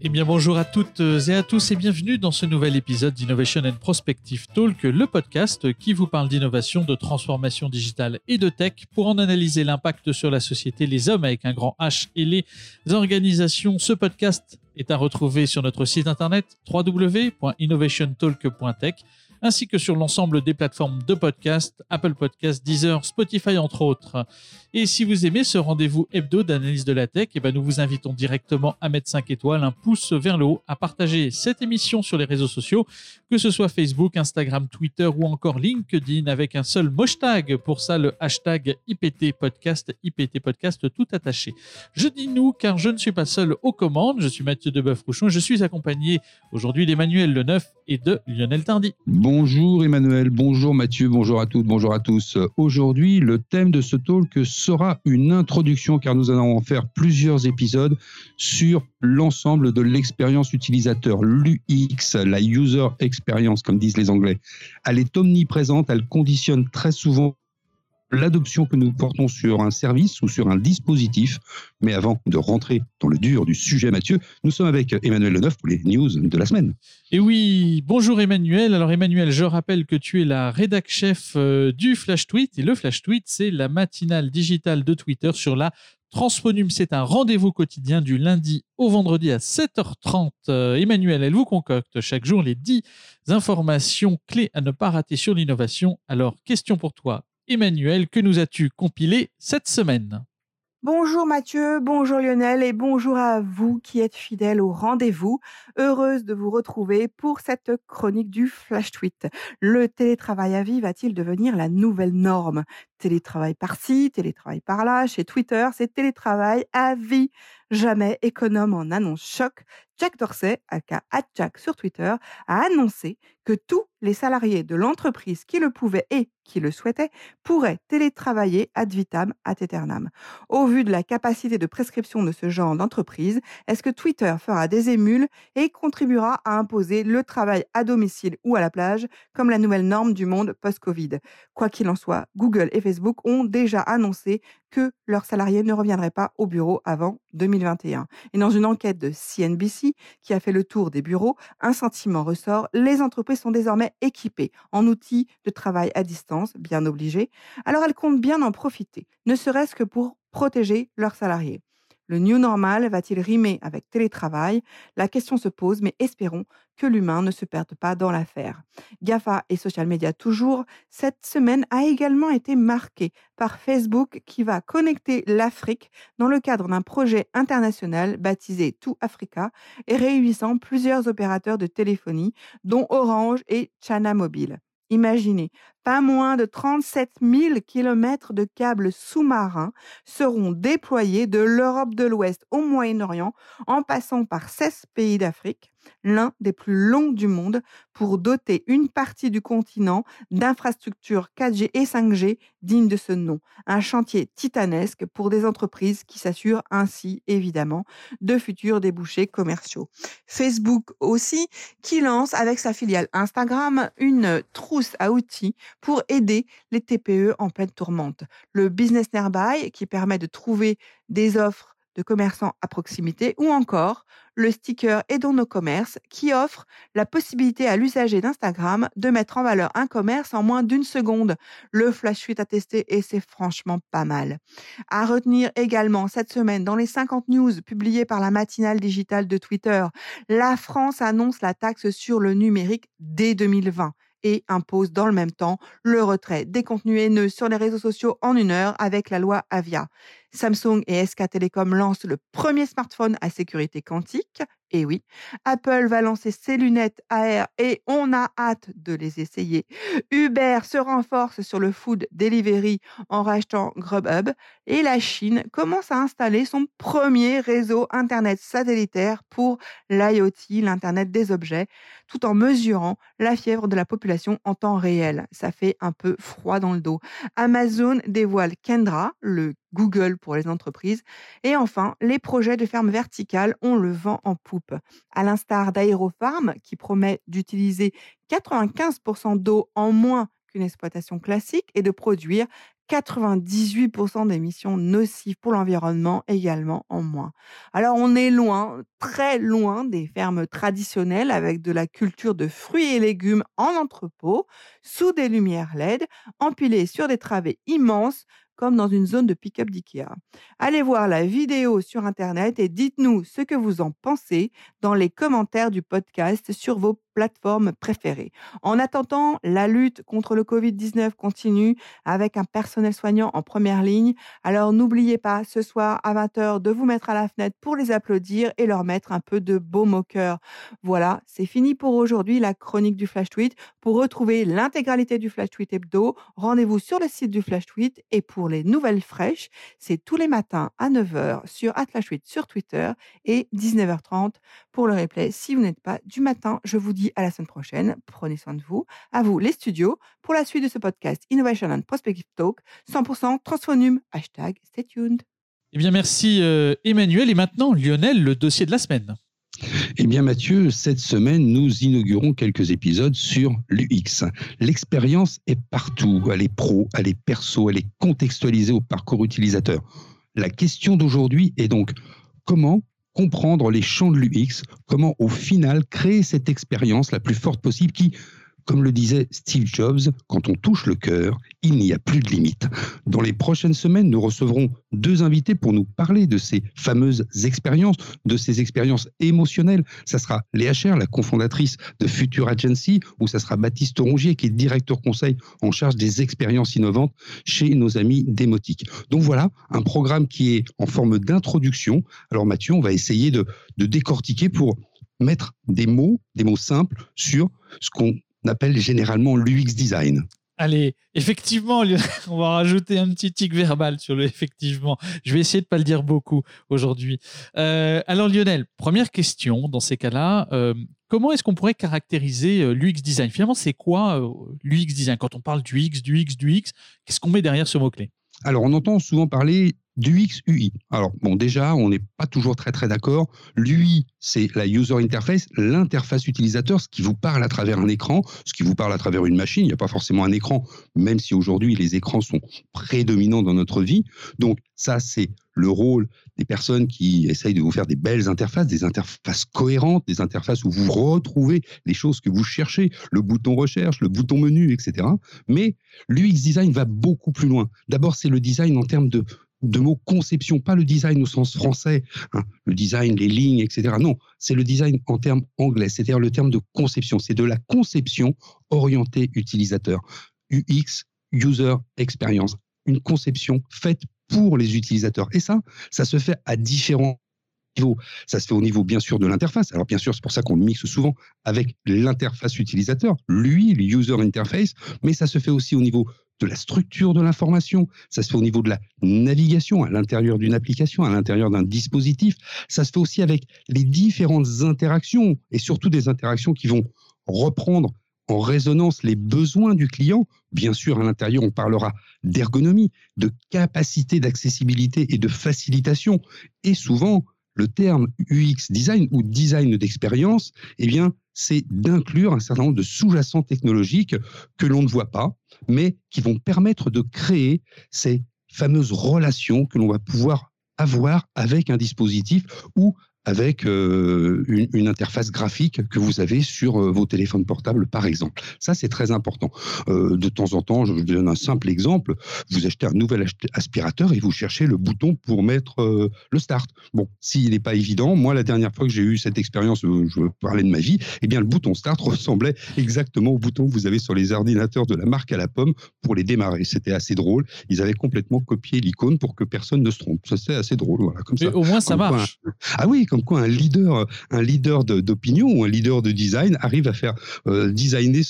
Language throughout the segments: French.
Eh bien bonjour à toutes et à tous et bienvenue dans ce nouvel épisode d'Innovation and Prospective Talk, le podcast qui vous parle d'innovation, de transformation digitale et de tech pour en analyser l'impact sur la société, les hommes avec un grand H et les organisations. Ce podcast est à retrouver sur notre site internet www.innovationtalk.tech ainsi que sur l'ensemble des plateformes de podcast, Apple Podcasts, Deezer, Spotify entre autres. Et si vous aimez ce rendez-vous hebdo d'analyse de la tech, nous vous invitons directement à mettre 5 étoiles, un pouce vers le haut, à partager cette émission sur les réseaux sociaux, que ce soit Facebook, Instagram, Twitter ou encore LinkedIn, avec un seul hashtag, pour ça le hashtag IPT Podcast tout attaché. Je dis nous car je ne suis pas seul aux commandes, je suis Mathieu Deboeuf-Rouchon, je suis accompagné aujourd'hui d'Emmanuel Leneuf et de Lionel Tardy. Bonjour Emmanuel, bonjour Mathieu, bonjour à toutes, bonjour à tous. Aujourd'hui, le thème de ce talk sera une introduction car nous allons en faire plusieurs épisodes sur l'ensemble de l'expérience utilisateur, l'UX, la User Experience comme disent les Anglais. Elle est omniprésente, elle conditionne très souvent l'adoption que nous portons sur un service ou sur un dispositif. Mais avant de rentrer dans le dur du sujet, Mathieu, nous sommes avec Emmanuel Leneuf pour les news de la semaine. Et oui, bonjour Emmanuel. Alors Emmanuel, je rappelle que tu es la rédac chef du Flash Tweet. Et le Flash Tweet, c'est la matinale digitale de Twitter sur la Transponum. C'est un rendez-vous quotidien du lundi au vendredi à 7h30. Emmanuel, elle vous concocte chaque jour les 10 informations clés à ne pas rater sur l'innovation. Alors, question pour toi, Emmanuel, que nous as-tu compilé cette semaine ? Bonjour Mathieu, bonjour Lionel et bonjour à vous qui êtes fidèles au rendez-vous. Heureuse de vous retrouver pour cette chronique du Flash Tweet. Le télétravail à vie va-t-il devenir la nouvelle norme ? Télétravail par-ci, télétravail par-là. Chez Twitter, c'est télétravail à vie. Jamais économe en annonce choc, Jack Dorsey, aka @Jack sur Twitter, a annoncé que tous les salariés de l'entreprise qui le pouvaient et qui le souhaitaient pourraient télétravailler ad vitam aeternam. Au vu de la capacité de prescription de ce genre d'entreprise, est-ce que Twitter fera des émules et contribuera à imposer le travail à domicile ou à la plage comme la nouvelle norme du monde post-Covid ? Quoi qu'il en soit, Google et Facebook ont déjà annoncé que leurs salariés ne reviendraient pas au bureau avant 2021. Et dans une enquête de CNBC qui a fait le tour des bureaux, un sentiment ressort, les entreprises sont désormais équipées en outils de travail à distance, bien obligés, alors elles comptent bien en profiter, ne serait-ce que pour protéger leurs salariés. Le new normal va-t-il rimer avec télétravail ? La question se pose, mais espérons que l'humain ne se perde pas dans l'affaire. GAFA et social media toujours, cette semaine a également été marquée par Facebook qui va connecter l'Afrique dans le cadre d'un projet international baptisé To Africa et réunissant plusieurs opérateurs de téléphonie, dont Orange et Chana Mobile. Imaginez, pas moins de 37 000 kilomètres de câbles sous-marins seront déployés de l'Europe de l'Ouest au Moyen-Orient en passant par 16 pays d'Afrique, l'un des plus longs du monde, pour doter une partie du continent d'infrastructures 4G et 5G dignes de ce nom. Un chantier titanesque pour des entreprises qui s'assurent ainsi, évidemment, de futurs débouchés commerciaux. Facebook aussi, qui lance avec sa filiale Instagram une trousse à outils pour aider les TPE en pleine tourmente. Le Business Nearby, qui permet de trouver des offres de commerçants à proximité, ou encore le sticker Aidons nos commerces, qui offre la possibilité à l'usager d'Instagram de mettre en valeur un commerce en moins d'une seconde. Le Flash Tweet a testé et c'est franchement pas mal. À retenir également cette semaine dans les 50 news publiées par la matinale digitale de Twitter, la France annonce la taxe sur le numérique dès 2020. Et impose dans le même temps le retrait des contenus haineux sur les réseaux sociaux en 1 heure avec la loi Avia. Samsung et SK Telecom lancent le premier smartphone à sécurité quantique. Et oui, Apple va lancer ses lunettes AR et on a hâte de les essayer. Uber se renforce sur le food delivery en rachetant Grubhub et la Chine commence à installer son premier réseau Internet satellitaire pour l'IoT, l'Internet des objets, tout en mesurant la fièvre de la population en temps réel. Ça fait un peu froid dans le dos. Amazon dévoile Kendra, le Google pour les entreprises. Et enfin, les projets de ferme verticale ont le vent en poupe. À l'instar d'Aérofarm, qui promet d'utiliser 95% d'eau en moins qu'une exploitation classique et de produire 98% d'émissions nocives pour l'environnement également en moins. Alors on est loin, très loin des fermes traditionnelles avec de la culture de fruits et légumes en entrepôt, sous des lumières LED, empilées sur des travées immenses comme dans une zone de pick-up d'IKEA. Allez voir la vidéo sur Internet et dites-nous ce que vous en pensez dans les commentaires du podcast sur vos plateformes préférées. En attendant, la lutte contre le Covid-19 continue avec un personnel soignant en première ligne. Alors n'oubliez pas ce soir à 20h de vous mettre à la fenêtre pour les applaudir et leur mettre un peu de baume au cœur. Voilà, c'est fini pour aujourd'hui, la chronique du Flash Tweet. Pour retrouver l'intégralité du Flash Tweet hebdo, rendez-vous sur le site du Flash Tweet et pour les nouvelles fraîches, c'est tous les matins à 9h sur @FlashTweet sur Twitter et 19h30 pour le replay. Si vous n'êtes pas du matin, je vous dis à la semaine prochaine. Prenez soin de vous. À vous les studios pour la suite de ce podcast Innovation and Prospective Talk 100% Transphonum. #Stay tuned. Eh bien, merci Emmanuel. Et maintenant, Lionel, le dossier de la semaine. Eh bien Mathieu, cette semaine, nous inaugurons quelques épisodes sur l'UX. L'expérience est partout, elle est pro, elle est perso, elle est contextualisée au parcours utilisateur. La question d'aujourd'hui est donc comment comprendre les champs de l'UX, comment au final créer cette expérience la plus forte possible qui, comme le disait Steve Jobs, quand on touche le cœur, il n'y a plus de limite. Dans les prochaines semaines, nous recevrons 2 invités pour nous parler de ces fameuses expériences, de ces expériences émotionnelles. Ça sera Léa Cher, la cofondatrice de Future Agency, ou ça sera Baptiste Rongier, qui est directeur conseil en charge des expériences innovantes chez nos amis d'Emotic. Donc voilà, un programme qui est en forme d'introduction. Alors Mathieu, on va essayer de décortiquer pour mettre des mots simples sur ce qu'on appelle généralement l'UX design. Allez, effectivement, on va rajouter un petit tic verbal sur le effectivement. Je vais essayer de ne pas le dire beaucoup aujourd'hui. Alors Lionel, première question dans ces cas-là, comment est-ce qu'on pourrait caractériser l'UX design ? Finalement, c'est quoi l'UX design ? Quand on parle du X, qu'est-ce qu'on met derrière ce mot-clé ? Alors, on entend souvent parler d'UX, UI. Alors, bon, déjà, on n'est pas toujours très d'accord. L'UI, c'est la user interface, l'interface utilisateur, ce qui vous parle à travers un écran, ce qui vous parle à travers une machine. Il n'y a pas forcément un écran, même si aujourd'hui, les écrans sont prédominants dans notre vie. Donc, ça, c'est le rôle des personnes qui essayent de vous faire des belles interfaces, des interfaces cohérentes, des interfaces où vous retrouvez les choses que vous cherchez, le bouton recherche, le bouton menu, etc. Mais l'UX design va beaucoup plus loin. D'abord, c'est le design en termes de mots conception, pas le design au sens français, hein, le design, les lignes, etc. Non, c'est le design en termes anglais, c'est-à-dire le terme de conception. C'est de la conception orientée utilisateur. UX, User Experience. Une conception faite pour les utilisateurs. Et ça se fait à différents niveaux. Ça se fait au niveau, bien sûr, de l'interface. Alors, bien sûr, c'est pour ça qu'on le mixe souvent avec l'interface utilisateur, l'UI, le User Interface, mais ça se fait aussi au niveau de la structure de l'information, ça se fait au niveau de la navigation à l'intérieur d'une application, à l'intérieur d'un dispositif, ça se fait aussi avec les différentes interactions, et surtout des interactions qui vont reprendre en résonance les besoins du client. Bien sûr, à l'intérieur, on parlera d'ergonomie, de capacité d'accessibilité et de facilitation. Et souvent, le terme UX design ou design d'expérience, eh bien, c'est d'inclure un certain nombre de sous-jacents technologiques que l'on ne voit pas, mais qui vont permettre de créer ces fameuses relations que l'on va pouvoir avoir avec un dispositif ou avec une interface graphique que vous avez sur vos téléphones portables, par exemple. Ça, c'est très important. De temps en temps, je vous donne un simple exemple. Vous achetez un nouvel aspirateur et vous cherchez le bouton pour mettre le start. Bon, s'il n'est pas évident, moi, la dernière fois que j'ai eu cette expérience, je veux parler de ma vie, eh bien, le bouton start ressemblait exactement au bouton que vous avez sur les ordinateurs de la marque à la pomme pour les démarrer. C'était assez drôle. Ils avaient complètement copié l'icône pour que personne ne se trompe. Ça, c'est assez drôle. Voilà, comme mais ça. Au moins, ça marche. Ah oui, comme quoi un leader d'opinion ou un leader de design arrive à faire designer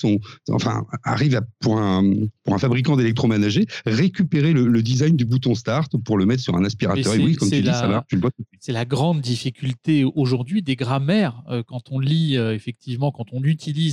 pour un fabricant d'électroménager, récupérer le design du bouton start pour le mettre sur un aspirateur. Et oui, comme tu dis, ça marche. C'est la grande difficulté aujourd'hui des grammaires quand on lit, effectivement, quand on utilise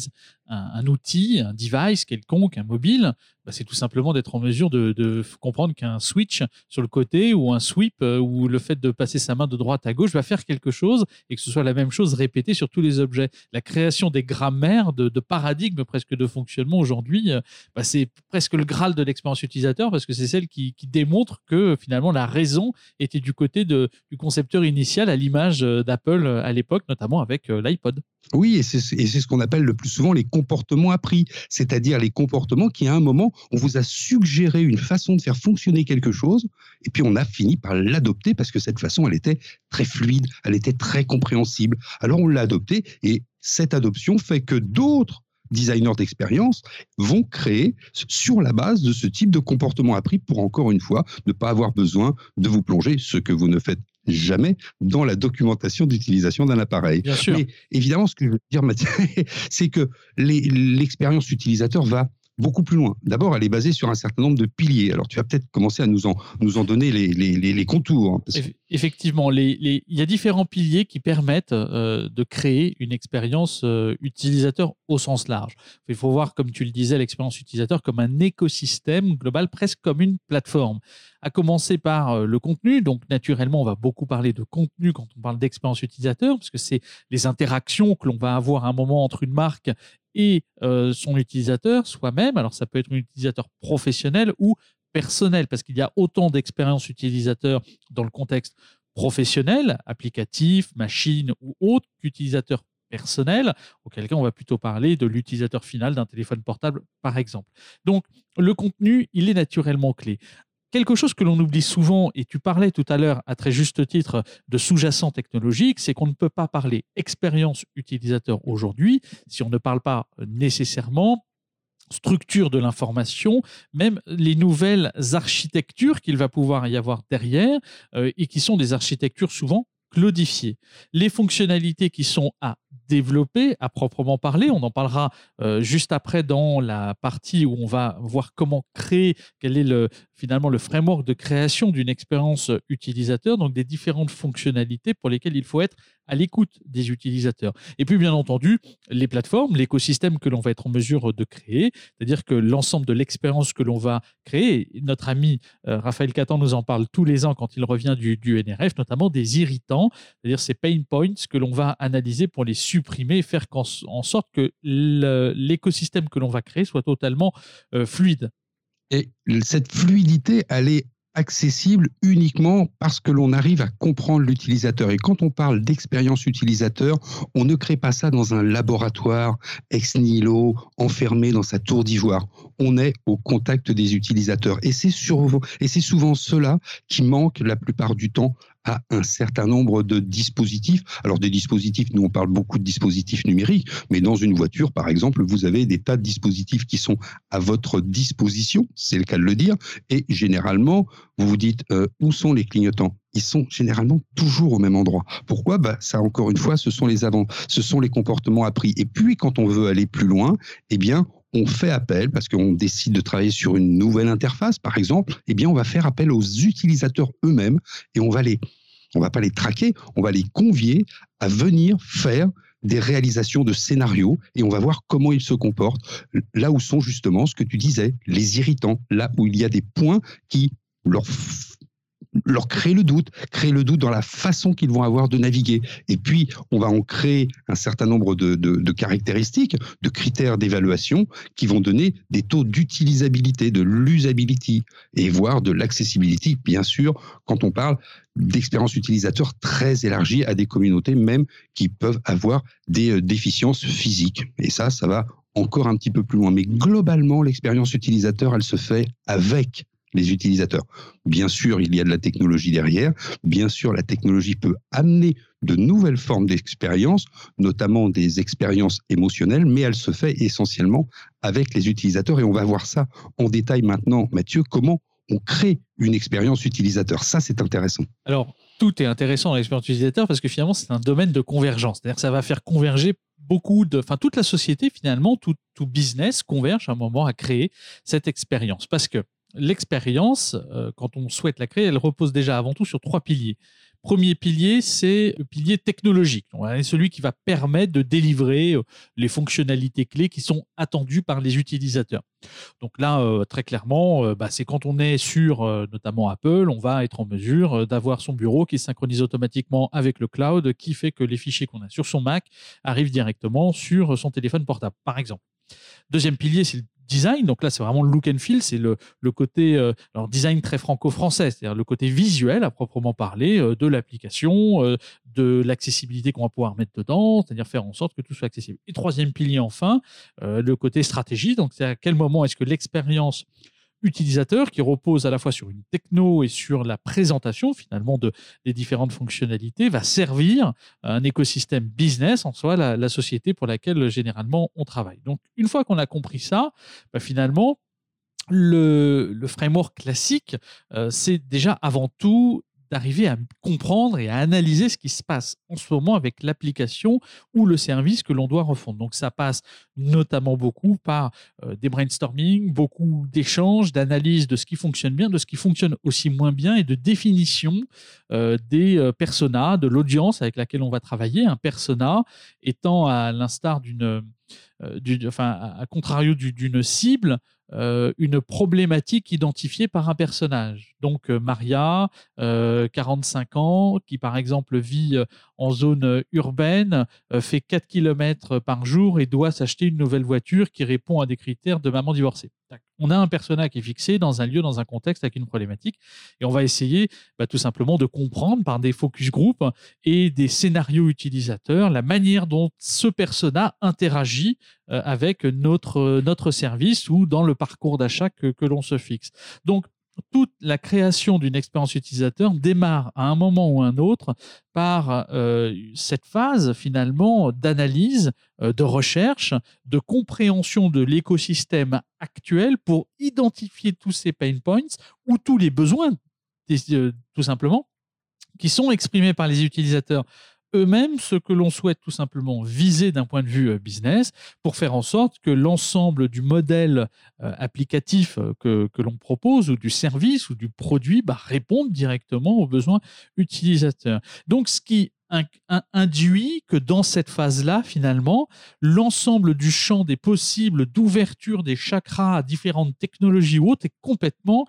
un outil, un device quelconque, un mobile, c'est tout simplement d'être en mesure de comprendre qu'un switch sur le côté ou un sweep ou le fait de passer sa main de droite à gauche va faire quelque chose et que ce soit la même chose répétée sur tous les objets. La création des grammaires, de paradigmes presque de fonctionnement aujourd'hui, c'est presque le Graal de l'expérience utilisateur parce que c'est celle qui démontre que finalement la raison était du côté du concepteur initial à l'image d'Apple à l'époque, notamment avec l'iPod. Oui, et c'est ce qu'on appelle le plus souvent les comportements appris, c'est-à-dire les comportements qui, à un moment, on vous a suggéré une façon de faire fonctionner quelque chose, et puis on a fini par l'adopter parce que cette façon, elle était très fluide, elle était très compréhensible. Alors on l'a adoptée, et cette adoption fait que d'autres designers d'expérience vont créer sur la base de ce type de comportement appris pour, encore une fois, ne pas avoir besoin de vous plonger, ce que vous ne faites jamais dans la documentation d'utilisation d'un appareil. Bien sûr. Mais évidemment, ce que je veux dire, Mathieu, c'est que l'expérience utilisateur va beaucoup plus loin. D'abord, elle est basée sur un certain nombre de piliers. Alors, tu vas peut-être commencer à nous en donner les contours. Hein, Effectivement, il y a différents piliers qui permettent de créer une expérience utilisateur au sens large. Il faut voir, comme tu le disais, l'expérience utilisateur comme un écosystème global, presque comme une plateforme. À commencer par le contenu. Donc, naturellement, on va beaucoup parler de contenu quand on parle d'expérience utilisateur, parce que c'est les interactions que l'on va avoir à un moment entre une marque et son utilisateur soi-même. Alors, ça peut être un utilisateur professionnel ou personnel, parce qu'il y a autant d'expériences utilisateurs dans le contexte professionnel, applicatif, machine ou autre, qu'utilisateur personnel, auquel cas on va plutôt parler de l'utilisateur final d'un téléphone portable, par exemple. Donc, le contenu, il est naturellement clé. Quelque chose que l'on oublie souvent, et tu parlais tout à l'heure à très juste titre de sous-jacent technologique, c'est qu'on ne peut pas parler expérience utilisateur aujourd'hui si on ne parle pas nécessairement structure de l'information, même les nouvelles architectures qu'il va pouvoir y avoir derrière et qui sont des architectures souvent cloudifiées. Les fonctionnalités qui sont à développer, à proprement parler, on en parlera juste après dans la partie où on va voir comment créer, quel est finalement le framework de création d'une expérience utilisateur, donc des différentes fonctionnalités pour lesquelles il faut être à l'écoute des utilisateurs. Et puis, bien entendu, les plateformes, l'écosystème que l'on va être en mesure de créer, c'est-à-dire que l'ensemble de l'expérience que l'on va créer, notre ami Raphaël Catan nous en parle tous les ans quand il revient du NRF, notamment des irritants, c'est-à-dire ces pain points que l'on va analyser pour les supprimer, faire en sorte que l'écosystème que l'on va créer soit totalement fluide. Et cette fluidité, elle est accessible uniquement parce que l'on arrive à comprendre l'utilisateur. Et quand on parle d'expérience utilisateur, on ne crée pas ça dans un laboratoire ex nihilo, enfermé dans sa tour d'ivoire. On est au contact des utilisateurs. Et c'est souvent cela qui manque la plupart du temps à un certain nombre de dispositifs. Alors des dispositifs, nous on parle beaucoup de dispositifs numériques, mais dans une voiture par exemple, vous avez des tas de dispositifs qui sont à votre disposition, c'est le cas de le dire, et généralement, vous vous dites où sont les clignotants ? Ils sont généralement toujours au même endroit. Pourquoi ? Ça, encore une fois, ce sont les comportements appris. Et puis, quand on veut aller plus loin, eh bien, on fait appel, parce qu'on décide de travailler sur une nouvelle interface, par exemple, eh bien, on va faire appel aux utilisateurs eux-mêmes et on va pas les traquer, on va les convier à venir faire des réalisations de scénarios et on va voir comment ils se comportent, là où sont justement ce que tu disais, les irritants, là où il y a des points qui leur créer le doute dans la façon qu'ils vont avoir de naviguer. Et puis, on va en créer un certain nombre de caractéristiques, de critères d'évaluation qui vont donner des taux d'utilisabilité, de l'usability et voire de l'accessibility, bien sûr, quand on parle d'expérience utilisateur très élargie à des communautés même qui peuvent avoir des déficiences physiques. Et ça va encore un petit peu plus loin. Mais globalement, l'expérience utilisateur, elle se fait avec les utilisateurs. Bien sûr, il y a de la technologie derrière. Bien sûr, la technologie peut amener de nouvelles formes d'expérience, notamment des expériences émotionnelles, mais elle se fait essentiellement avec les utilisateurs. Et on va voir ça en détail maintenant, Mathieu, comment on crée une expérience utilisateur. Ça, c'est intéressant. Alors, tout est intéressant dans l'expérience utilisateur parce que finalement, c'est un domaine de convergence. C'est-à-dire que ça va faire converger toute la société, finalement, tout business converge à un moment à créer cette expérience. Parce que l'expérience, quand on souhaite la créer, elle repose déjà avant tout sur 3 piliers. Premier pilier, c'est le pilier technologique. C'est celui qui va permettre de délivrer les fonctionnalités clés qui sont attendues par les utilisateurs. Donc là, très clairement, c'est quand on est sur notamment Apple, on va être en mesure d'avoir son bureau qui se synchronise automatiquement avec le cloud, qui fait que les fichiers qu'on a sur son Mac arrivent directement sur son téléphone portable, par exemple. Deuxième pilier, c'est le design. Donc là, c'est vraiment le look and feel, c'est le côté alors design très franco-français, c'est-à-dire le côté visuel à proprement parler de l'application, de l'accessibilité qu'on va pouvoir mettre dedans, c'est-à-dire faire en sorte que tout soit accessible. Et troisième pilier, enfin, le côté stratégie. Donc, c'est à quel moment est-ce que l'expérience utilisateur, qui repose à la fois sur une techno et sur la présentation finalement des différentes fonctionnalités, va servir un écosystème business, en soi la société pour laquelle généralement on travaille. Donc une fois qu'on a compris ça, finalement le framework classique, c'est déjà avant tout d'arriver à comprendre et à analyser ce qui se passe en ce moment avec l'application ou le service que l'on doit refondre. Donc ça passe notamment beaucoup par des brainstorming, beaucoup d'échanges, d'analyse de ce qui fonctionne bien, de ce qui fonctionne aussi moins bien et de définition des personas, de l'audience avec laquelle on va travailler. Un persona étant à l'instar à contrario d'une cible, une problématique identifiée par un personnage. Donc Maria, 45 ans, qui par exemple vit en zone urbaine, fait 4 km par jour et doit s'acheter une nouvelle voiture qui répond à des critères de maman divorcée. On a un personnage qui est fixé dans un lieu, dans un contexte avec une problématique et on va essayer tout simplement de comprendre par des focus group et des scénarios utilisateurs la manière dont ce persona interagit avec notre service ou dans le parcours d'achat que l'on se fixe. Donc, toute la création d'une expérience utilisateur démarre à un moment ou un autre par cette phase finalement d'analyse, de recherche, de compréhension de l'écosystème actuel pour identifier tous ces pain points ou tous les besoins, tout simplement, qui sont exprimés par les utilisateurs eux-mêmes, ce que l'on souhaite tout simplement viser d'un point de vue business pour faire en sorte que l'ensemble du modèle applicatif que l'on propose ou du service ou du produit réponde directement aux besoins utilisateurs. Donc, ce qui induit que dans cette phase-là, finalement, l'ensemble du champ des possibles d'ouverture des chakras à différentes technologies ou autres est complètement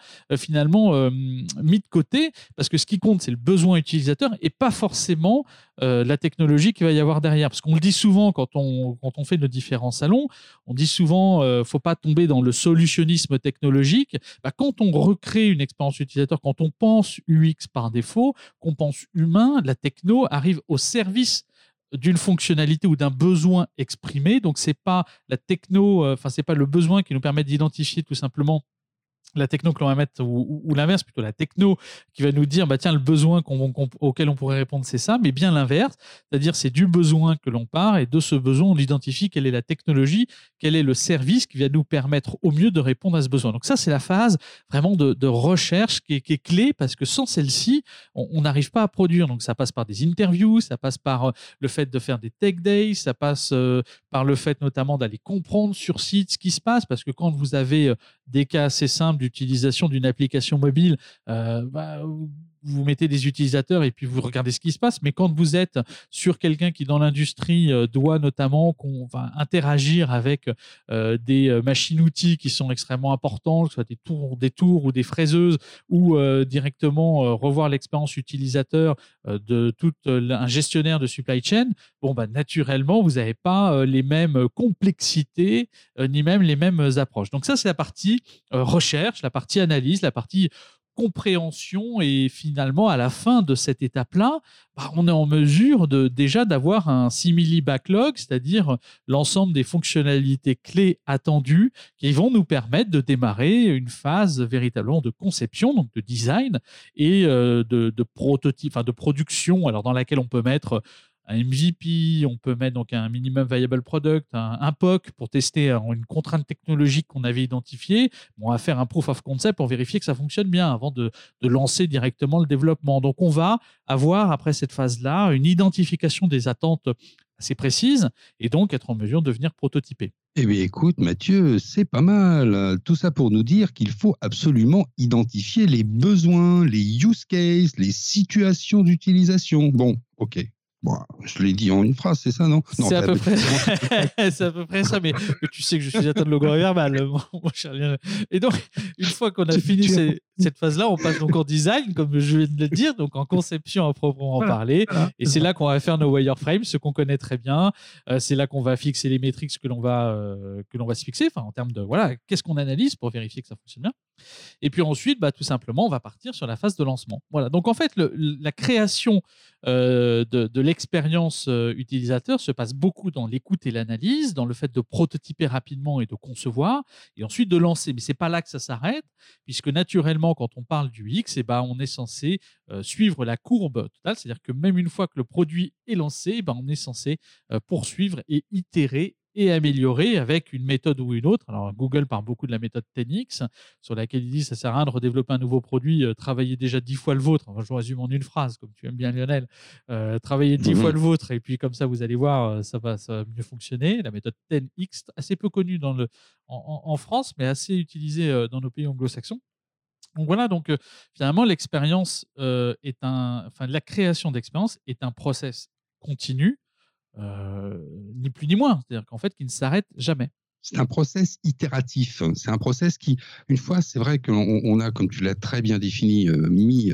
mis de côté parce que ce qui compte, c'est le besoin utilisateur et pas forcément la technologie qu'il va y avoir derrière. Parce qu'on le dit souvent quand on fait nos différents salons, on dit souvent faut pas tomber dans le solutionnisme technologique. Quand on recrée une expérience utilisateur, quand on pense UX par défaut, qu'on pense humain, la techno arrive au service d'une fonctionnalité ou d'un besoin exprimé. Donc, c'est pas la techno, c'est pas le besoin qui nous permet d'identifier tout simplement la techno que l'on va mettre ou l'inverse, plutôt la techno qui va nous dire tiens, le besoin auquel on pourrait répondre, c'est ça, mais bien l'inverse, c'est-à-dire c'est du besoin que l'on part et de ce besoin, on identifie quelle est la technologie, quel est le service qui va nous permettre au mieux de répondre à ce besoin. Donc ça, c'est la phase vraiment de recherche qui est clé parce que sans celle-ci, on n'arrive pas à produire. Donc ça passe par des interviews, ça passe par le fait de faire des tech days, ça passe par le fait notamment d'aller comprendre sur site ce qui se passe parce que quand vous avez des cas assez simples d'utilisation d'une application mobile, vous mettez des utilisateurs et puis vous regardez ce qui se passe. Mais quand vous êtes sur quelqu'un qui, dans l'industrie, doit notamment interagir avec des machines-outils qui sont extrêmement importants, que ce soit des tours ou des fraiseuses, ou directement revoir l'expérience utilisateur de tout un gestionnaire de supply chain, naturellement, vous n'avez pas les mêmes complexités ni même les mêmes approches. Donc ça, c'est la partie recherche, la partie analyse, la partie compréhension et finalement à la fin de cette étape-là, on est en mesure déjà d'avoir un simili backlog, c'est-à-dire l'ensemble des fonctionnalités clés attendues qui vont nous permettre de démarrer une phase véritablement de conception, donc de design et de prototype, de production, alors dans laquelle on peut mettre un MVP, on peut mettre donc un minimum viable product, un POC pour tester une contrainte technologique qu'on avait identifiée. On va faire un proof of concept pour vérifier que ça fonctionne bien avant de lancer directement le développement. Donc, on va avoir, après cette phase-là, une identification des attentes assez précises et donc être en mesure de venir prototyper. Eh bien, écoute, Mathieu, c'est pas mal. Tout ça pour nous dire qu'il faut absolument identifier les besoins, les use cases, les situations d'utilisation. Bon, ok. Bon, je l'ai dit en une phrase, c'est ça, non? Non, C'est à peu près, c'est à peu près ça, mais tu sais que je suis atteint de logorée verbale, mon cher Lionel. Et donc, une fois qu'on a fini cette phase-là, on passe donc en design, comme je viens de le dire, donc en conception à proprement Voilà, parler. voilà. Et c'est là qu'on va faire nos wireframes, ce qu'on connaît très bien. C'est là qu'on va fixer les métriques que l'on va se fixer, enfin en termes de voilà, qu'est-ce qu'on analyse pour vérifier que ça fonctionne bien. Et puis ensuite, bah, tout simplement, on va partir sur la phase de lancement. Voilà. Donc en fait, la création de l'expérience utilisateur se passe beaucoup dans l'écoute et l'analyse, dans le fait de prototyper rapidement et de concevoir, et ensuite de lancer. Mais c'est pas là que ça s'arrête, puisque naturellement, quand on parle du X, eh ben, on est censé suivre la courbe totale, c'est-à-dire que même une fois que le produit est lancé, eh ben, on est censé poursuivre et itérer et améliorer avec une méthode ou une autre. Alors Google parle beaucoup de la méthode 10X, sur laquelle il dit ça sert à rien de redévelopper un nouveau produit, travailler déjà 10 fois le vôtre. Enfin, je vous résume en une phrase, comme tu aimes bien Lionel. Travailler 10 fois le vôtre et puis comme ça vous allez voir, ça va mieux fonctionner. La méthode 10X, assez peu connue en France, mais assez utilisée dans nos pays anglo-saxons. Donc voilà, donc finalement l'expérience enfin la création d'expérience est un process continu, ni plus ni moins. C'est-à-dire qu'en fait qui ne s'arrête jamais. C'est un process itératif. C'est un process qui, une fois, c'est vrai qu'on a, comme tu l'as très bien défini, mis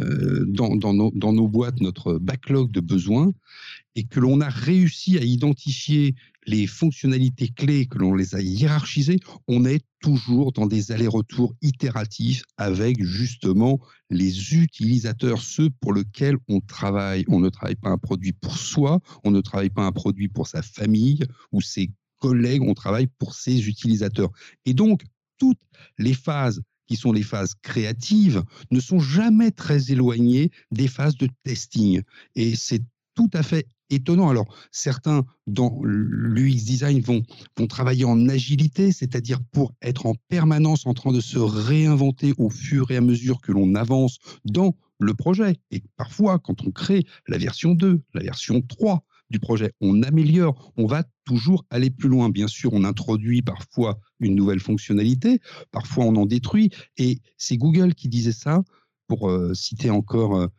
dans nos boîtes notre backlog de besoins et que l'on a réussi à identifier les fonctionnalités clés, que l'on les a hiérarchisées, on est toujours dans des allers-retours itératifs avec justement les utilisateurs, ceux pour lesquels on travaille. On ne travaille pas un produit pour soi, on ne travaille pas un produit pour sa famille ou ses collègues, on travaille pour ses utilisateurs. Et donc, toutes les phases qui sont les phases créatives ne sont jamais très éloignées des phases de testing. Et c'est tout à fait étonnant. Alors, certains dans l'UX design vont travailler en agilité, c'est-à-dire pour être en permanence en train de se réinventer au fur et à mesure que l'on avance dans le projet. Et parfois, quand on crée la version 2, la version 3 du projet, on améliore, on va toujours aller plus loin. Bien sûr, on introduit parfois une nouvelle fonctionnalité, parfois on en détruit. Et c'est Google qui disait ça, pour citer encore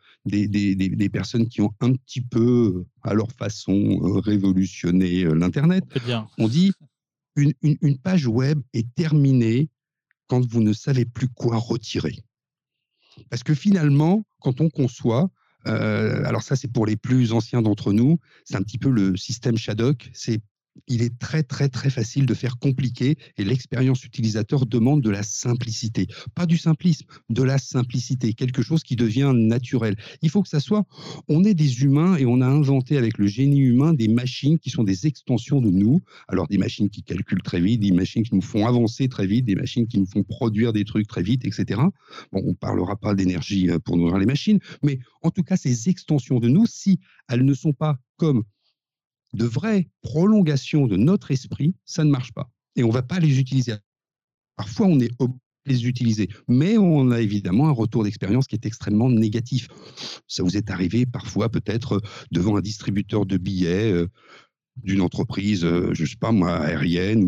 des personnes qui ont un petit peu, à leur façon, révolutionné l'Internet. On peut dire. On dit une page web est terminée quand vous ne savez plus quoi retirer. Parce que finalement, quand on conçoit, alors ça c'est pour les plus anciens d'entre nous, c'est un petit peu le système Shadok, il est très très très facile de faire compliqué et l'expérience utilisateur demande de la simplicité. Pas du simplisme, de la simplicité, quelque chose qui devient naturel. Il faut que ça soit, on est des humains et on a inventé avec le génie humain des machines qui sont des extensions de nous. Alors des machines qui calculent très vite, des machines qui nous font avancer très vite, des machines qui nous font produire des trucs très vite, etc. Bon, on ne parlera pas d'énergie pour nourrir les machines, mais en tout cas ces extensions de nous, si elles ne sont pas comme de vraies prolongations de notre esprit, ça ne marche pas. Et on ne va pas les utiliser. Parfois, on est obligé de les utiliser, mais on a évidemment un retour d'expérience qui est extrêmement négatif. Ça vous est arrivé parfois peut-être devant un distributeur de billets d'une entreprise, je ne sais pas moi, aérienne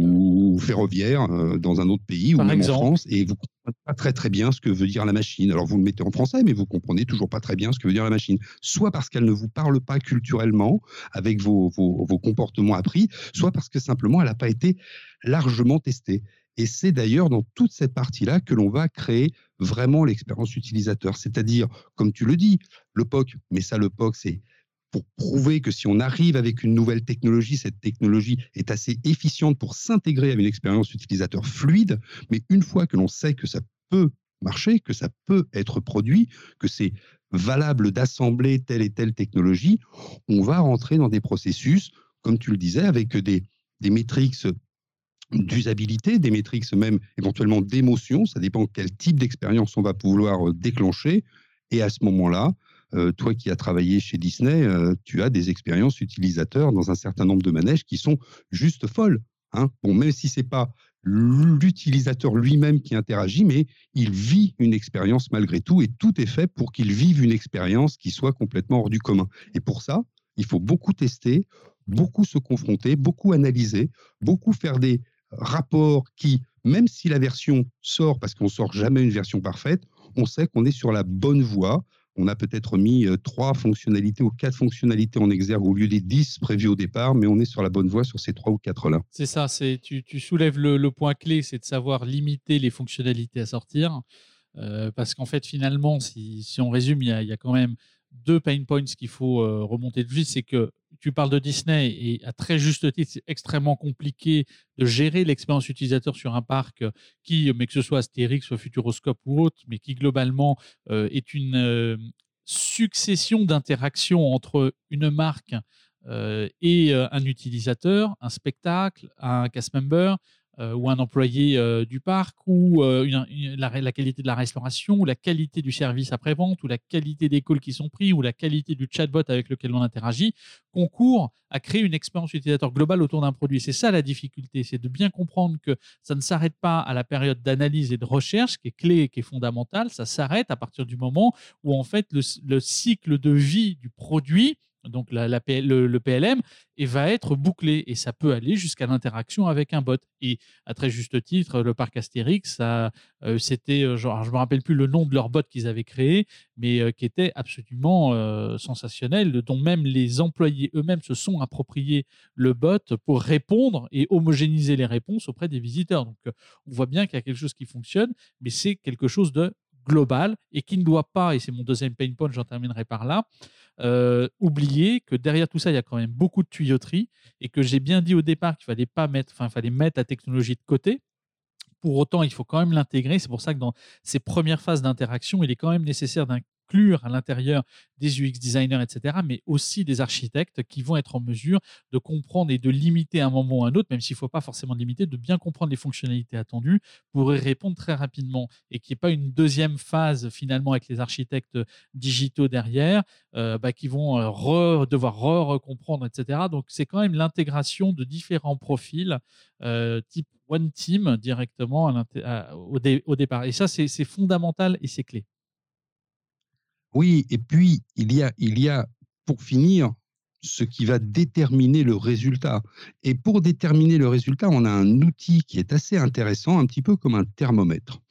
ou ferroviaire dans un autre pays ou même en France, et vous ne comprenez pas très très bien ce que veut dire la machine. Alors vous le mettez en français, mais vous ne comprenez toujours pas très bien ce que veut dire la machine. Soit parce qu'elle ne vous parle pas culturellement avec vos comportements appris, soit parce que simplement elle n'a pas été largement testée. Et c'est d'ailleurs dans toute cette partie-là que l'on va créer vraiment l'expérience utilisateur. C'est-à-dire, comme tu le dis, le POC, mais ça le POC c'est pour prouver que si on arrive avec une nouvelle technologie, cette technologie est assez efficiente pour s'intégrer à une expérience utilisateur fluide, mais une fois que l'on sait que ça peut marcher, que ça peut être produit, que c'est valable d'assembler telle et telle technologie, on va rentrer dans des processus, comme tu le disais, avec des métriques d'usabilité, des métriques même éventuellement d'émotion, ça dépend quel type d'expérience on va pouvoir déclencher, et à ce moment-là, toi qui as travaillé chez Disney, tu as des expériences utilisateurs dans un certain nombre de manèges qui sont juste folles. Hein. Bon, même si ce n'est pas l'utilisateur lui-même qui interagit, mais il vit une expérience malgré tout, et tout est fait pour qu'il vive une expérience qui soit complètement hors du commun. Et pour ça, il faut beaucoup tester, beaucoup se confronter, beaucoup analyser, beaucoup faire des rapports qui, même si la version sort, parce qu'on ne sort jamais une version parfaite, on sait qu'on est sur la bonne voie. On a peut-être mis 3 fonctionnalités ou 4 fonctionnalités en exergue au lieu des 10 prévues au départ, mais on est sur la bonne voie sur ces 3 ou 4-là. C'est ça, tu soulèves le point clé, c'est de savoir limiter les fonctionnalités à sortir. Parce qu'en fait, finalement, si on résume, il y a quand même deux pain points qu'il faut remonter de vue. C'est que tu parles de Disney et à très juste titre, c'est extrêmement compliqué de gérer l'expérience utilisateur sur un parc qui, mais que ce soit Astérix, soit Futuroscope ou autre, mais qui globalement est une succession d'interactions entre une marque et un utilisateur, un spectacle, un cast member ou un employé du parc, ou la qualité de la restauration, ou la qualité du service après-vente, ou la qualité des calls qui sont pris, ou la qualité du chatbot avec lequel on interagit, concourt à créer une expérience utilisateur globale autour d'un produit. C'est ça la difficulté, c'est de bien comprendre que ça ne s'arrête pas à la période d'analyse et de recherche, qui est clé et qui est fondamentale, ça s'arrête à partir du moment où en fait le cycle de vie du produit, donc le PLM, et va être bouclé. Et ça peut aller jusqu'à l'interaction avec un bot. Et à très juste titre, le parc Astérix, c'était, genre, je ne me rappelle plus le nom de leur bot qu'ils avaient créé, mais qui était absolument sensationnel, dont même les employés eux-mêmes se sont appropriés le bot pour répondre et homogénéiser les réponses auprès des visiteurs. Donc, on voit bien qu'il y a quelque chose qui fonctionne, mais c'est quelque chose de global et qui ne doit pas, et c'est mon deuxième pain point, j'en terminerai par là, oublier que derrière tout ça, il y a quand même beaucoup de tuyauterie et que j'ai bien dit au départ qu'il fallait pas mettre, enfin, il fallait mettre la technologie de côté. Pour autant, il faut quand même l'intégrer. C'est pour ça que dans ces premières phases d'interaction, il est quand même nécessaire d'inclure à l'intérieur des UX designers, etc., mais aussi des architectes qui vont être en mesure de comprendre et de limiter à un moment ou à un autre, même s'il ne faut pas forcément limiter, de bien comprendre les fonctionnalités attendues pour y répondre très rapidement et qu'il n'y ait pas une deuxième phase finalement avec les architectes digitaux derrière qui vont devoir recomprendre, etc. Donc, c'est quand même l'intégration de différents profils type One Team directement au départ. Et ça, c'est fondamental et c'est clé. Oui, et puis il y a, pour finir, ce qui va déterminer le résultat. Et pour déterminer le résultat, on a un outil qui est assez intéressant, un petit peu comme un thermomètre.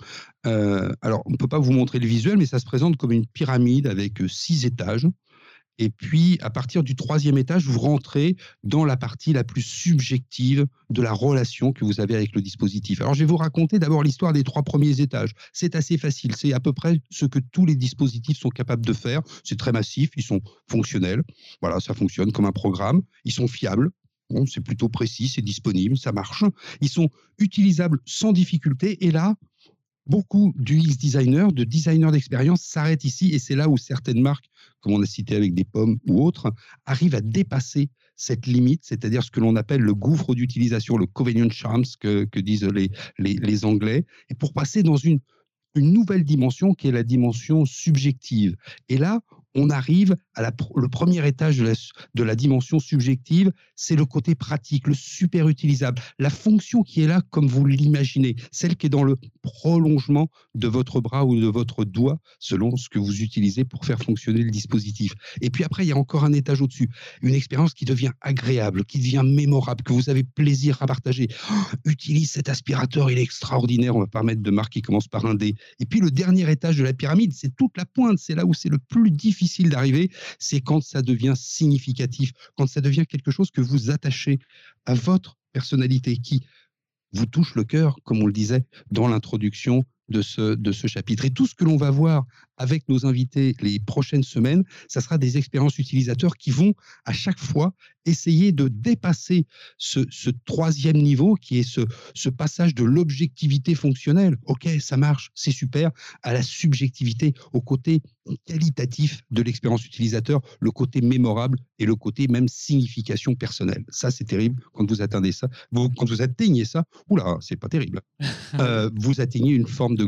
Alors, on ne peut pas vous montrer le visuel, mais ça se présente comme une pyramide avec 6 étages. Et puis, à partir du 3e étage, vous rentrez dans la partie la plus subjective de la relation que vous avez avec le dispositif. Alors, je vais vous raconter d'abord l'histoire des 3 premiers étages. C'est assez facile. C'est à peu près ce que tous les dispositifs sont capables de faire. C'est très massif. Ils sont fonctionnels. Voilà, ça fonctionne comme un programme. Ils sont fiables. Bon, c'est plutôt précis, c'est disponible, ça marche. Ils sont utilisables sans difficulté. Et là, beaucoup d'UX designers, de designers d'expérience s'arrêtent ici, et c'est là où certaines marques, comme on a cité avec des pommes ou autres, arrivent à dépasser cette limite, c'est-à-dire ce que l'on appelle le gouffre d'utilisation, le convenience charms que disent les Anglais, et pour passer dans une nouvelle dimension qui est la dimension subjective. Et là, on arrive à le premier étage de la dimension subjective, c'est le côté pratique, le super utilisable, la fonction qui est là comme vous l'imaginez, celle qui est dans le prolongement de votre bras ou de votre doigt, selon ce que vous utilisez pour faire fonctionner le dispositif. Et puis après, il y a encore un étage au-dessus, une expérience qui devient agréable, qui devient mémorable, que vous avez plaisir à partager. Utilise cet aspirateur, il est extraordinaire, on va pas mettre de marque qui commence par un D. Et puis le dernier étage de la pyramide, c'est toute la pointe, c'est là où c'est le plus difficile d'arriver, c'est quand ça devient significatif, quand ça devient quelque chose que vous attachez à votre personnalité, qui vous touche le cœur, comme on le disait dans l'introduction de ce chapitre. Et tout ce que l'on va voir avec nos invités les prochaines semaines, ça sera des expériences utilisateurs qui vont à chaque fois essayer de dépasser ce 3e niveau qui est ce passage de l'objectivité fonctionnelle. OK, ça marche, c'est super, à la subjectivité, au côté qualitatif de l'expérience utilisateur, le côté mémorable et le côté même signification personnelle. Ça, c'est terrible quand vous atteignez ça. Quand vous atteignez ça, oula, c'est pas terrible. Vous atteignez une forme de gras.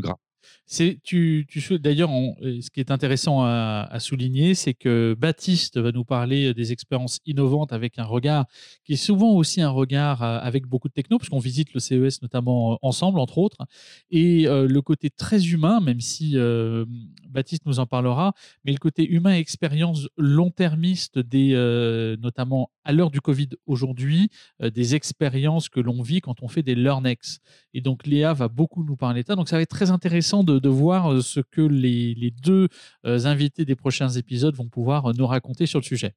D'ailleurs, ce qui est intéressant à souligner, c'est que Baptiste va nous parler des expériences innovantes avec un regard qui est souvent aussi un regard avec beaucoup de techno, puisqu'on visite le CES notamment ensemble, entre autres, et le côté très humain, même si Baptiste nous en parlera, mais le côté humain et expérience long-termiste notamment à l'heure du Covid aujourd'hui, des expériences que l'on vit quand on fait des LearnX. Et donc Léa va beaucoup nous parler de ça. Donc ça va être très intéressant de voir ce que les deux invités des prochains épisodes vont pouvoir nous raconter sur le sujet.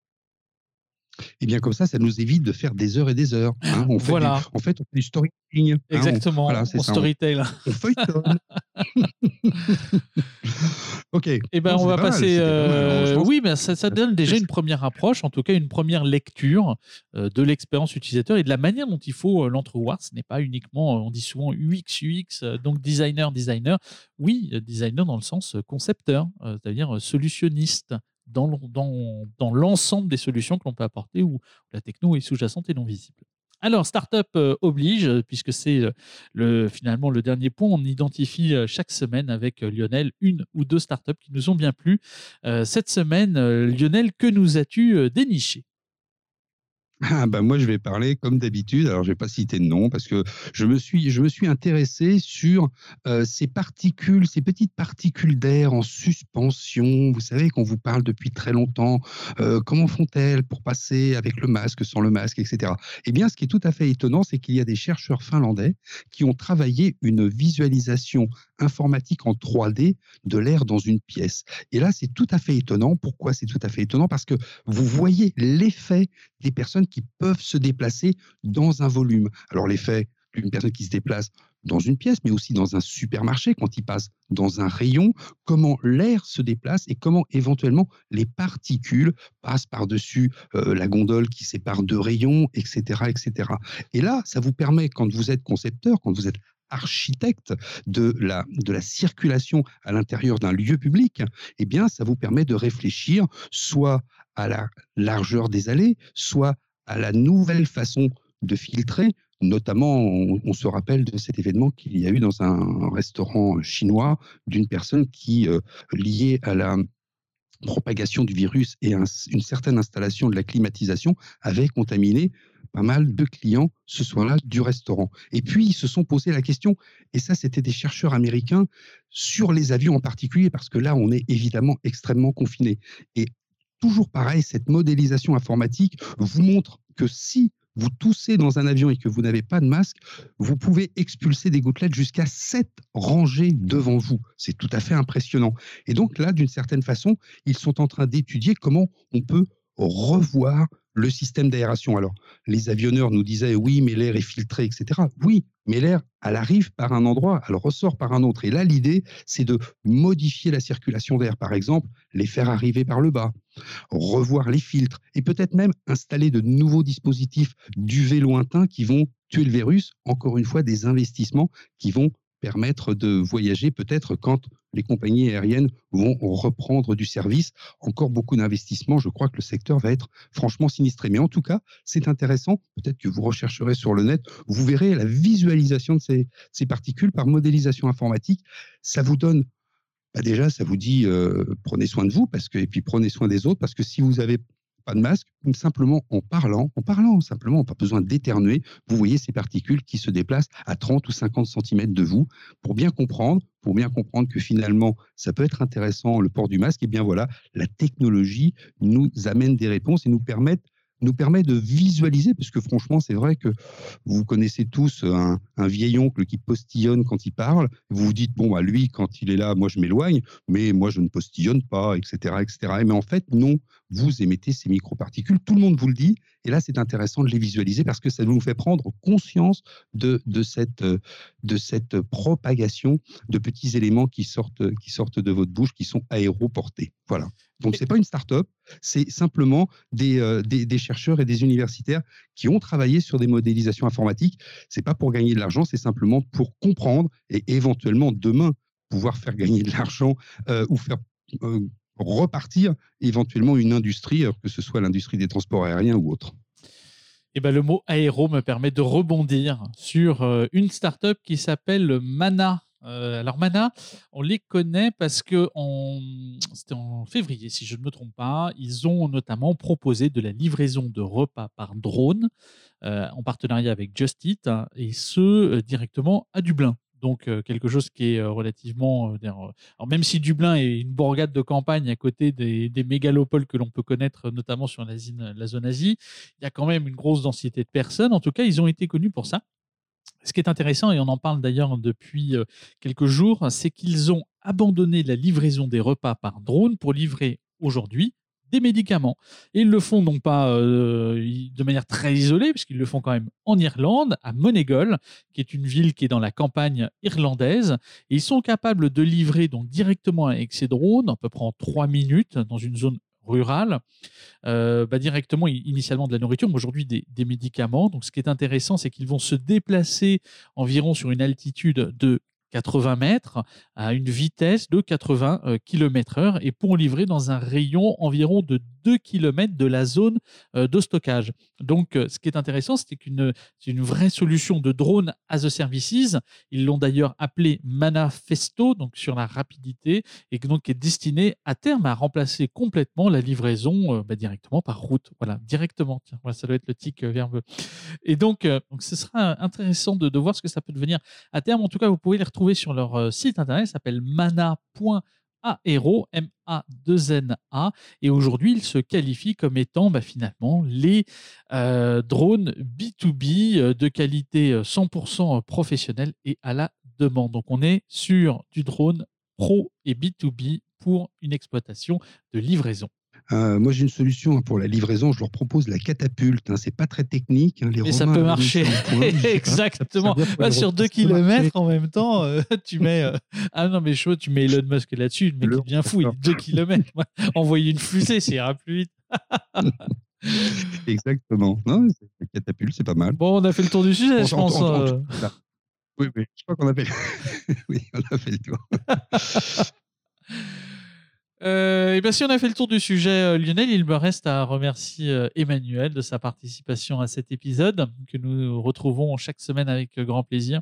Et bien comme ça nous évite de faire des heures et des heures. Hein. On fait du storytelling. Exactement, voilà, c'est on ça. storytell. On feuilletonne. Ok. Et ben, on va passer. Oui, mais ça donne déjà c'est- une première approche, en tout cas une première lecture de l'expérience utilisateur et de la manière dont il faut l'entrevoir. Ce n'est pas uniquement, on dit souvent UX, donc designer. Oui, designer dans le sens concepteur, c'est-à-dire solutionniste dans l'ensemble des solutions que l'on peut apporter où la techno est sous-jacente et non visible. Alors, startup oblige, puisque c'est finalement le dernier point. On identifie chaque semaine avec Lionel une ou deux startups qui nous ont bien plu. Cette semaine, Lionel, que nous as-tu déniché? Ah bah moi je vais parler comme d'habitude. Alors je vais pas citer de nom parce que je me suis intéressé sur ces particules, ces petites particules d'air en suspension. Vous savez qu'on vous parle depuis très longtemps. Comment font-elles pour passer avec le masque, sans le masque, etc. Eh bien, ce qui est tout à fait étonnant, c'est qu'il y a des chercheurs finlandais qui ont travaillé une visualisation informatique en 3D de l'air dans une pièce. Et là, c'est tout à fait étonnant. Pourquoi c'est tout à fait étonnant? Parce que vous voyez l'effet des personnes qui peuvent se déplacer dans un volume. Alors l'effet d'une personne qui se déplace dans une pièce, mais aussi dans un supermarché, quand il passe dans un rayon, comment l'air se déplace et comment éventuellement les particules passent par-dessus la gondole qui sépare deux rayons, etc., etc. Et là, ça vous permet, quand vous êtes concepteur, quand vous êtes architecte de la circulation à l'intérieur d'un lieu public, eh bien, ça vous permet de réfléchir soit à la largeur des allées, soit à la nouvelle façon de filtrer. Notamment, on se rappelle de cet événement qu'il y a eu dans un restaurant chinois d'une personne qui, liée à la propagation du virus et une certaine installation de la climatisation, avait contaminé pas mal de clients ce soir-là du restaurant. Et puis, ils se sont posé la question, et ça, c'était des chercheurs américains, sur les avions en particulier, parce que là, on est évidemment extrêmement confiné. Et toujours pareil, cette modélisation informatique vous montre que si vous toussez dans un avion et que vous n'avez pas de masque, vous pouvez expulser des gouttelettes jusqu'à 7 rangées devant vous. C'est tout à fait impressionnant. Et donc là, d'une certaine façon, ils sont en train d'étudier comment on peut revoir le système d'aération. Alors, les avionneurs nous disaient, oui, mais l'air est filtré, etc. Oui, mais l'air, elle arrive par un endroit, elle ressort par un autre. Et là, l'idée, c'est de modifier la circulation d'air. Par exemple, les faire arriver par le bas, revoir les filtres et peut-être même installer de nouveaux dispositifs d'UV lointains qui vont tuer le virus. Encore une fois, des investissements qui vont permettre de voyager peut-être quand les compagnies aériennes vont reprendre du service. Encore beaucoup d'investissements. Je crois que le secteur va être franchement sinistré. Mais en tout cas, c'est intéressant. Peut-être que vous rechercherez sur le net. Vous verrez la visualisation de ces particules par modélisation informatique. Ça vous donne déjà, ça vous dit prenez soin de vous et puis prenez soin des autres, parce que si vous n'avez pas de masque, simplement en parlant, simplement, pas besoin d'éternuer, vous voyez ces particules qui se déplacent à 30 ou 50 cm de vous pour bien comprendre que finalement, ça peut être intéressant le port du masque. Et bien voilà, la technologie nous amène des réponses et nous permet de visualiser, parce que franchement, c'est vrai que vous connaissez tous un vieil oncle qui postillonne quand il parle. Vous vous dites, bon, bah, lui, quand il est là, moi, je m'éloigne, mais moi, je ne postillonne pas, etc., etc. Mais en fait, non, vous émettez ces microparticules. Tout le monde vous le dit. Et là, c'est intéressant de les visualiser parce que ça nous fait prendre conscience de cette propagation de petits éléments qui sortent de votre bouche, qui sont aéroportés. Voilà. Donc, ce n'est pas une start-up, c'est simplement des chercheurs et des universitaires qui ont travaillé sur des modélisations informatiques. Ce n'est pas pour gagner de l'argent, c'est simplement pour comprendre et éventuellement demain pouvoir faire gagner de l'argent ou faire repartir éventuellement une industrie, que ce soit l'industrie des transports aériens ou autre. Eh ben, le mot aéro me permet de rebondir sur une start-up qui s'appelle Mana. Alors Mana, on les connaît parce que c'était en février, si je ne me trompe pas. Ils ont notamment proposé de la livraison de repas par drone en partenariat avec Just Eat, hein, et ce directement à Dublin. Donc quelque chose qui est relativement... alors même si Dublin est une bourgade de campagne à côté des mégalopoles que l'on peut connaître, notamment sur la zone Asie, il y a quand même une grosse densité de personnes. En tout cas, ils ont été connus pour ça. Ce qui est intéressant, et on en parle d'ailleurs depuis quelques jours, c'est qu'ils ont abandonné la livraison des repas par drone pour livrer aujourd'hui des médicaments. Et ils le font non pas de manière très isolée, puisqu'ils le font quand même en Irlande, à Moneygall, qui est une ville qui est dans la campagne irlandaise. Et ils sont capables de livrer donc directement avec ces drones, à peu près en 3 minutes, dans une zone rurale, directement, initialement de la nourriture, mais aujourd'hui des médicaments. Donc, ce qui est intéressant, c'est qu'ils vont se déplacer environ sur une altitude de 80 mètres à une vitesse de 80 km/h et pour livrer dans un rayon environ de 2 km de la zone de stockage. Donc, ce qui est intéressant, c'est une vraie solution de drone as a services. Ils l'ont d'ailleurs appelé Manifesto, donc sur la rapidité, et donc qui est destiné à terme à remplacer complètement la livraison directement par route. Voilà, directement. Tiens, voilà, ça doit être le tic verbeux. Et donc, ce sera intéressant de voir ce que ça peut devenir à terme. En tout cas, vous pouvez les retrouver sur leur site internet, ça s'appelle mana.aero, M-A-2-N-A, et aujourd'hui, ils se qualifient comme étant finalement les drones B2B de qualité 100% professionnelle et à la demande. Donc, on est sur du drone pro et B2B pour une exploitation de livraison. Moi, j'ai une solution pour la livraison. Je leur propose la catapulte. C'est pas très technique. Les Mais ça peut marcher. Exactement. Sur 2 km en même temps, tu mets. Ah non, mais chaud, tu mets Elon Musk là-dessus. Le mec est bien fou. Il est 2 km. Envoyer une fusée, ça ira plus vite. Exactement. Non, la catapulte, c'est pas mal. Bon, on a fait le tour du sujet, je pense. Oui, je crois qu'on a fait. Oui, on a fait le tour. Si on a fait le tour du sujet, Lionel, il me reste à remercier Emmanuel de sa participation à cet épisode que nous retrouvons chaque semaine avec grand plaisir.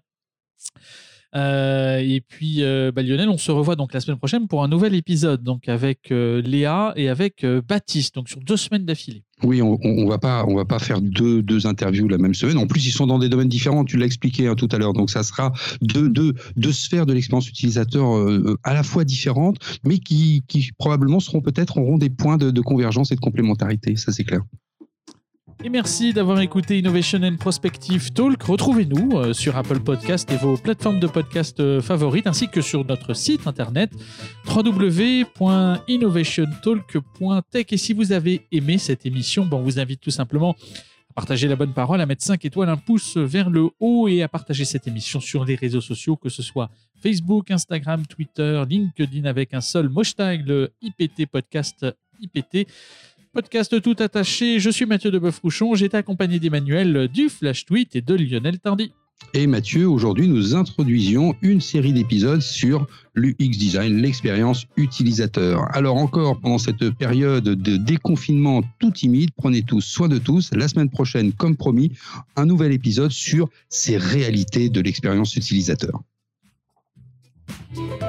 Lionel, on se revoit donc la semaine prochaine pour un nouvel épisode, donc avec Léa et avec Baptiste, donc sur 2 semaines d'affilée. Oui, on va pas faire deux interviews la même semaine. En plus, ils sont dans des domaines différents. Tu l'as expliqué tout à l'heure. Donc, ça sera deux sphères de l'expérience utilisateur à la fois différentes, mais qui probablement auront des points de convergence et de complémentarité. Ça, c'est clair. Et merci d'avoir écouté Innovation and Prospective Talk. Retrouvez-nous sur Apple Podcast et vos plateformes de podcast favorites, ainsi que sur notre site internet www.innovationtalk.tech. Et si vous avez aimé cette émission, on vous invite tout simplement à partager la bonne parole, à mettre 5 étoiles, un pouce vers le haut et à partager cette émission sur les réseaux sociaux, que ce soit Facebook, Instagram, Twitter, LinkedIn avec un seul hashtag, le IPT Podcast IPT. Podcast tout attaché, je suis Mathieu Deboeuf-Rouchon, j'ai été accompagné d'Emmanuel du Flash Tweet et de Lionel Tardy. Et Mathieu, aujourd'hui, nous introduisions une série d'épisodes sur l'UX Design, l'expérience utilisateur. Alors encore, pendant cette période de déconfinement tout timide, prenez tous soin de tous. La semaine prochaine, comme promis, un nouvel épisode sur ces réalités de l'expérience utilisateur.